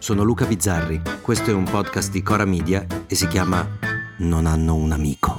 sono Luca Bizzarri, questo è un podcast di Cora Media e si chiama Non hanno un amico.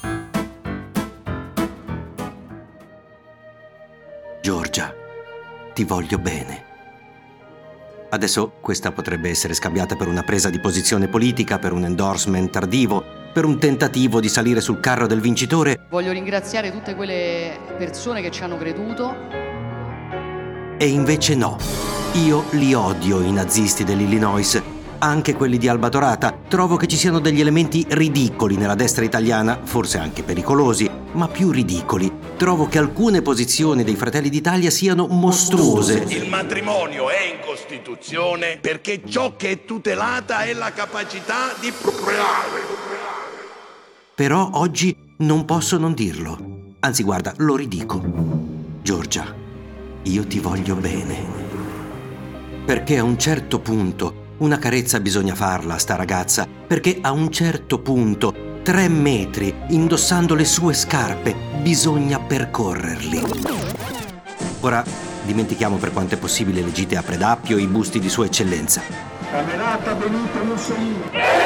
Giorgia, ti voglio bene. Adesso questa potrebbe essere scambiata per una presa di posizione politica, per un endorsement tardivo, per un tentativo di salire sul carro del vincitore. Voglio ringraziare tutte quelle persone che ci hanno creduto. E invece no. Io li odio i nazisti dell'Illinois, anche quelli di Alba Dorata. Trovo che ci siano degli elementi ridicoli nella destra italiana, forse anche pericolosi, ma più ridicoli. Trovo che alcune posizioni dei Fratelli d'Italia siano mostruose. Il matrimonio è in Costituzione perché ciò che è tutelata è la capacità di procreare. Però oggi non posso non dirlo. Anzi, guarda, lo ridico. Giorgia, io ti voglio bene. Perché a un certo punto una carezza bisogna farla a sta ragazza, perché a un certo punto 3 metri indossando le sue scarpe bisogna percorrerli. Ora dimentichiamo per quanto è possibile le gite a Predappio e i busti di Sua Eccellenza. Camerata Benito Mussolini.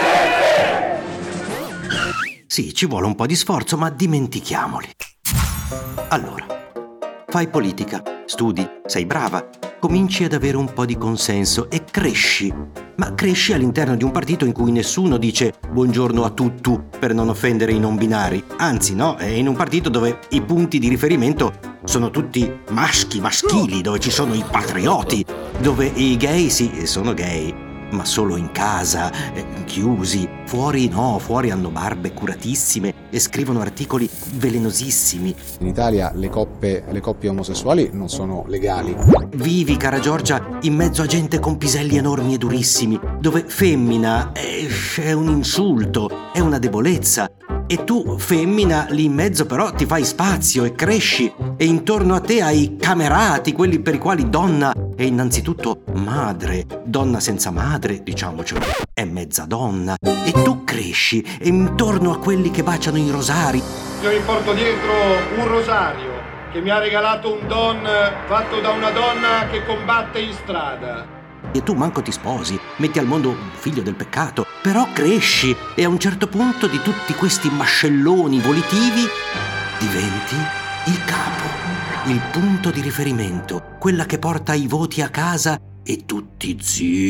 Sì, ci vuole un po' di sforzo, ma dimentichiamoli. Allora, fai politica, studi, sei brava, cominci ad avere un po' di consenso e cresci. Ma cresci all'interno di un partito in cui nessuno dice buongiorno a tutti per non offendere i non binari. Anzi, no, è in un partito dove i punti di riferimento sono tutti maschili, dove ci sono i patrioti, dove i gay sì, sono gay, ma solo in casa, chiusi. Fuori no, fuori hanno barbe curatissime e scrivono articoli velenosissimi. In Italia le coppie omosessuali non sono legali. Vivi, cara Giorgia, in mezzo a gente con piselli enormi e durissimi, dove femmina è un insulto, è una debolezza. E tu, femmina, lì in mezzo però ti fai spazio e cresci, e intorno a te hai camerati, quelli per i quali donna è innanzitutto madre. Donna senza madre, diciamocelo, è mezza donna. E tu cresci, e intorno a quelli che baciano i rosari. Io mi porto dietro un rosario che mi ha regalato un don fatto da una donna che combatte in strada. E tu manco ti sposi, metti al mondo un figlio del peccato, però cresci e a un certo punto di tutti questi mascelloni volitivi diventi il capo, il punto di riferimento, quella che porta i voti a casa e tutti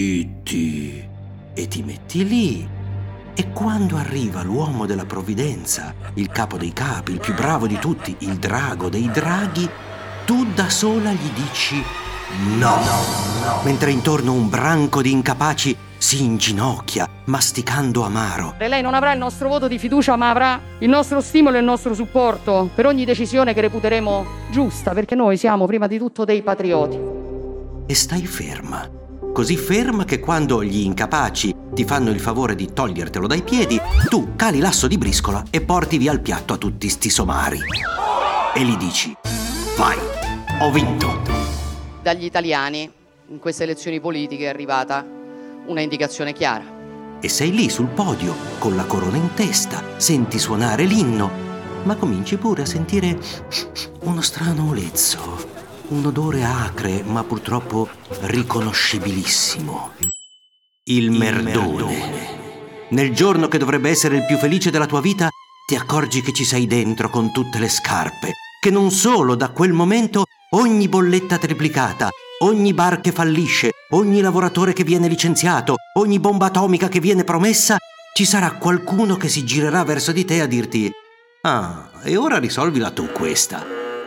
zitti. E ti metti lì. E quando arriva l'uomo della provvidenza, il capo dei capi, il più bravo di tutti, il drago dei draghi, tu da sola gli dici no. Mentre intorno un branco di incapaci si inginocchia, masticando amaro. Lei non avrà il nostro voto di fiducia, ma avrà il nostro stimolo e il nostro supporto per ogni decisione che reputeremo giusta, perché noi siamo prima di tutto dei patrioti. E stai ferma, così ferma che quando gli incapaci ti fanno il favore di togliertelo dai piedi, tu cali l'asso di briscola e porti via il piatto a tutti sti somari. E gli dici: vai, ho vinto. Dagli italiani, in queste elezioni politiche è arrivata una indicazione chiara. E sei lì sul podio, con la corona in testa, senti suonare l'inno, ma cominci pure a sentire uno strano olezzo, un odore acre, ma purtroppo riconoscibilissimo. Il merdone. Nel giorno che dovrebbe essere il più felice della tua vita, ti accorgi che ci sei dentro con tutte le scarpe, che non solo da quel momento ogni bolletta triplicata, ogni bar che fallisce, ogni lavoratore che viene licenziato, ogni bomba atomica che viene promessa, ci sarà qualcuno che si girerà verso di te a dirti: ah, e ora risolvila tu questa.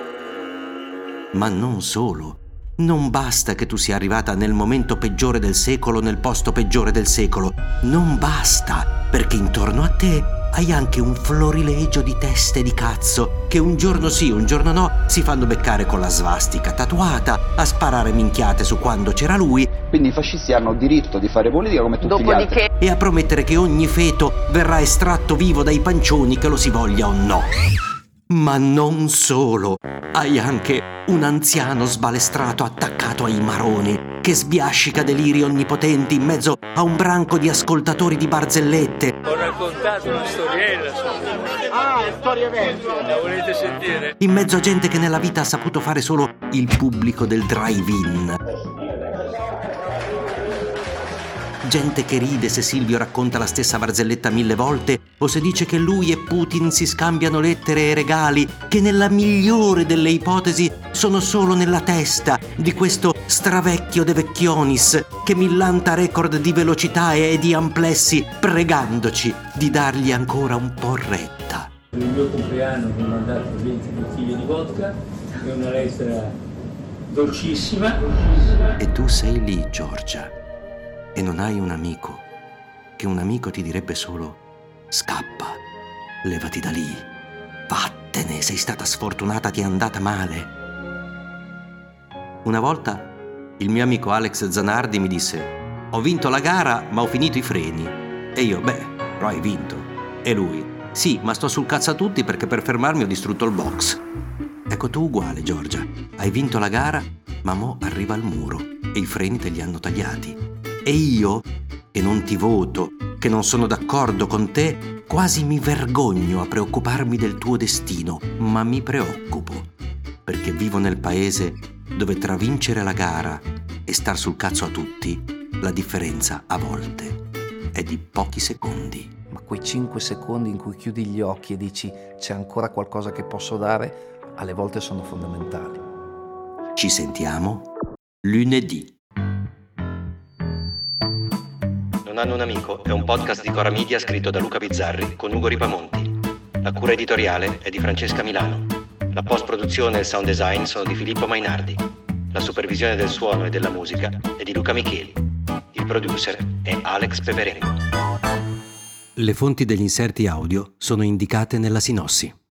Ma non solo. Non basta che tu sia arrivata nel momento peggiore del secolo, nel posto peggiore del secolo. Non basta, perché intorno a te hai anche un florilegio di teste di cazzo che un giorno sì, un giorno no si fanno beccare con la svastica tatuata, a sparare minchiate su quando c'era lui. Quindi i fascisti hanno diritto di fare politica come tutti gli altri. E a promettere che ogni feto verrà estratto vivo dai pancioni, che lo si voglia o no. Ma non solo, hai anche un anziano sbalestrato attaccato ai maroni che sbiascica deliri onnipotenti in mezzo a un branco di ascoltatori di barzellette. Ho raccontato una storiella. Ah, è storia vecchia. La volete sentire? In mezzo a gente che nella vita ha saputo fare solo il pubblico del drive-in. gente che ride se Silvio racconta la stessa barzelletta 1000 volte o se dice che lui e Putin si scambiano lettere e regali che nella migliore delle ipotesi sono solo nella testa di questo stravecchio De Vecchionis che millanta record di velocità e di amplessi pregandoci di dargli ancora un po' retta. Per il mio compleanno mi ho mandato 20 bottiglie di vodka e una lettera dolcissima. E tu sei lì, Giorgia, e non hai un amico, che un amico ti direbbe solo: scappa, levati da lì, vattene, sei stata sfortunata, ti è andata male. Una volta il mio amico Alex Zanardi mi disse: ho vinto la gara ma ho finito i freni. E io: beh, però hai vinto. E lui: sì, ma sto sul cazzo a tutti perché per fermarmi ho distrutto il box. Ecco, tu uguale, Giorgia, hai vinto la gara ma mo arriva il muro e i freni te li hanno tagliati. E io, che non ti voto, che non sono d'accordo con te, quasi mi vergogno a preoccuparmi del tuo destino, ma mi preoccupo, perché vivo nel paese dove tra vincere la gara e star sul cazzo a tutti, la differenza a volte è di pochi secondi. Ma quei 5 secondi in cui chiudi gli occhi e dici c'è ancora qualcosa che posso dare, alle volte sono fondamentali. Ci sentiamo lunedì. Non hanno un amico è un podcast di Cora Media scritto da Luca Bizzarri con Ugo Ripamonti. La cura editoriale è di Francesca Milano. La post-produzione e il sound design sono di Filippo Mainardi. La supervisione del suono e della musica è di Luca Micheli. Il producer è Alex Peperengo. Le fonti degli inserti audio sono indicate nella sinossi.